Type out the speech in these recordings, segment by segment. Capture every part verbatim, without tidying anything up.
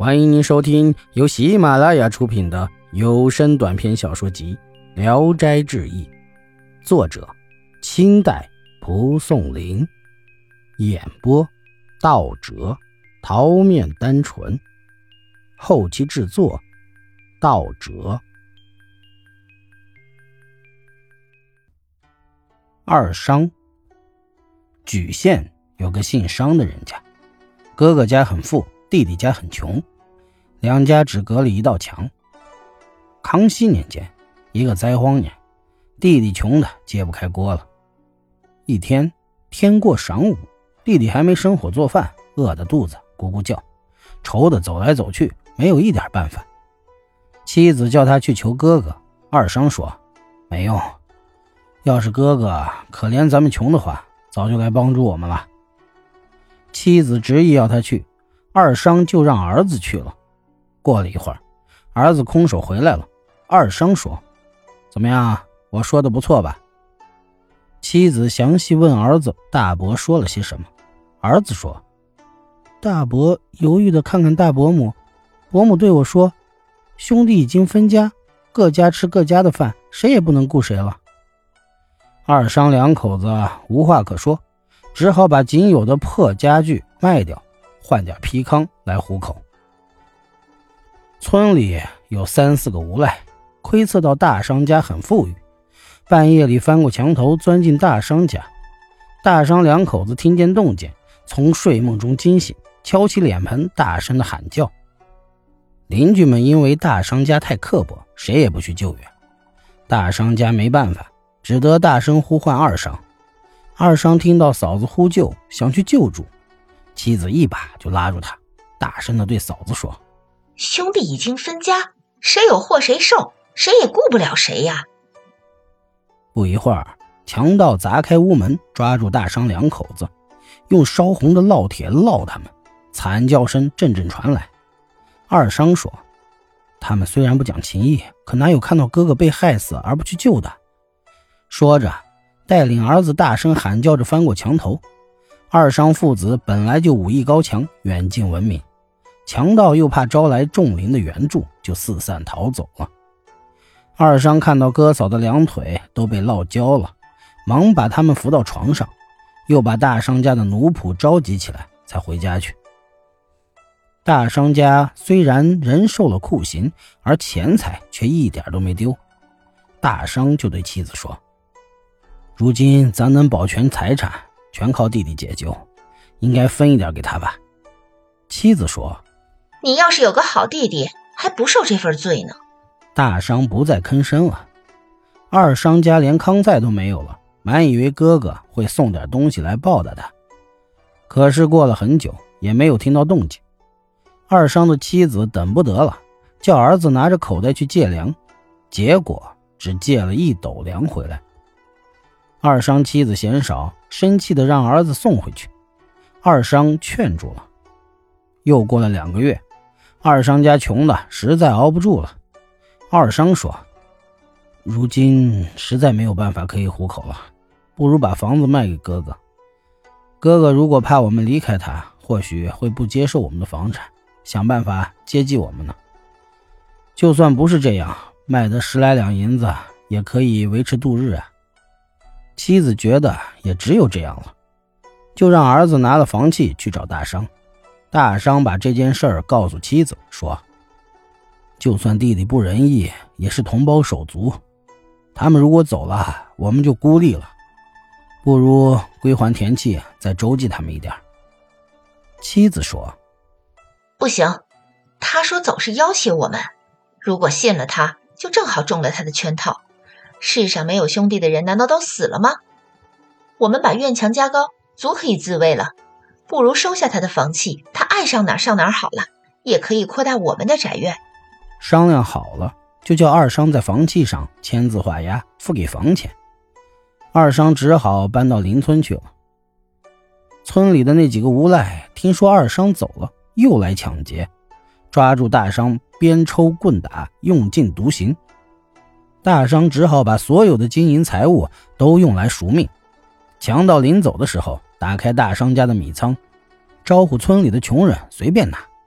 欢迎您收听由喜马拉雅出品的有声短篇小说集《聊斋志异》，作者清代蒲松龄，演播道哲、桃面单纯，后期制作道哲。二商，莒县有个姓商的人家，哥哥家很富，弟弟家很穷，两家只隔了一道墙。康熙年间，一个灾荒年，弟弟穷的揭不开锅了。一天天过晌午，弟弟还没生火做饭，饿得肚子咕咕叫，愁得走来走去，没有一点办法。妻子叫他去求哥哥，二商说没用，要是哥哥可怜咱们穷的话，早就来帮助我们了。妻子执意要他去，二商就让儿子去了。过了一会儿，儿子空手回来了。二商说，怎么样，我说的不错吧？妻子详细问儿子大伯说了些什么。儿子说，大伯犹豫地看看大伯母，伯母对我说，兄弟已经分家，各家吃各家的饭，谁也不能顾谁了。二商两口子无话可说，只好把仅有的破家具卖掉，换点皮糠来糊口。村里有三四个无赖，窥测到大商家很富裕，半夜里翻过墙头钻进大商家。大商两口子听见动静，从睡梦中惊醒，敲起脸盆大声的喊叫。邻居们因为大商家太刻薄，谁也不去救援。大商家没办法，只得大声呼唤二商。二商听到嫂子呼救，想去救助，妻子一把就拉住他，大声地对嫂子说， 兄弟已经分家，谁有祸谁受，谁也顾不了谁呀。 不一会儿，强盗砸开屋门，抓住大商两口子，用烧红的烙铁烙他们，惨叫声阵阵传来。二商说，他们虽然不讲情义，可哪有看到哥哥被害死而不去救的。说着带领儿子大声喊叫着翻过墙头。二商父子本来就武艺高强，远近闻名，强盗又怕招来众邻的援助，就四散逃走了。二商看到哥嫂的两腿都被烙焦了，忙把他们扶到床上，又把大商家的奴仆召集起来，才回家去。大商家虽然人受了酷刑，而钱财却一点都没丢。大商就对妻子说，如今咱能保全财产，全靠弟弟解救，应该分一点给他吧。妻子说， 你要是有个好弟弟，还不受这份罪呢。 大商不再吭声了。二商家连糠菜都没有了，满以为哥哥会送点东西来报答他，可是过了很久也没有听到动静。二商的妻子等不得了，叫儿子拿着口袋去借粮，结果只借了一斗粮回来。二商妻子嫌少，生气地让儿子送回去。二商劝住了。又过了两个月，二商家穷的实在熬不住了。二商说，如今实在没有办法可以糊口了，不如把房子卖给哥哥。哥哥如果怕我们离开他，或许会不接受我们的房产，想办法接济我们呢。就算不是这样，卖得十来两银子也可以维持度日啊。妻子觉得也只有这样了，就让儿子拿了房契去找大商。大商把这件事儿告诉妻子，说就算弟弟不仁义，也是同胞手足，他们如果走了，我们就孤立了，不如归还田契，再周济他们一点。妻子说， 不行，他说走是要挟我们，如果信了他，就正好中了他的圈套。世上没有兄弟的人难道都死了吗？我们把院墙加高，足可以自卫了，不如收下他的房契，他爱上哪儿上哪儿好了，也可以扩大我们的宅院。 商量好了，就叫二商在房契上签字画押，付给房钱。二商只好搬到邻村去了。村里的那几个无赖听说二商走了，又来抢劫，抓住大商鞭抽棍打，用尽毒刑。大商只好把所有的金银财物都用来赎命。强盗临走的时候，打开大商家的米仓，招呼村里的穷人随便拿。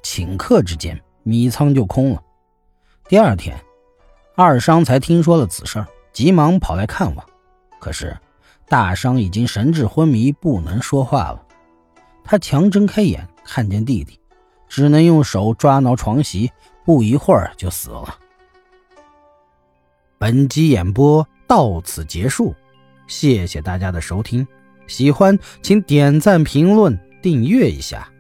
顷刻之间米仓就空了。第二天，二商才听说了此事，急忙跑来看望。可是大商已经神志昏迷，不能说话了。他强睁开眼，看见弟弟，只能用手抓挠床席，不一会儿就死了。本集演播到此结束，谢谢大家的收听，喜欢请点赞、评论、订阅一下。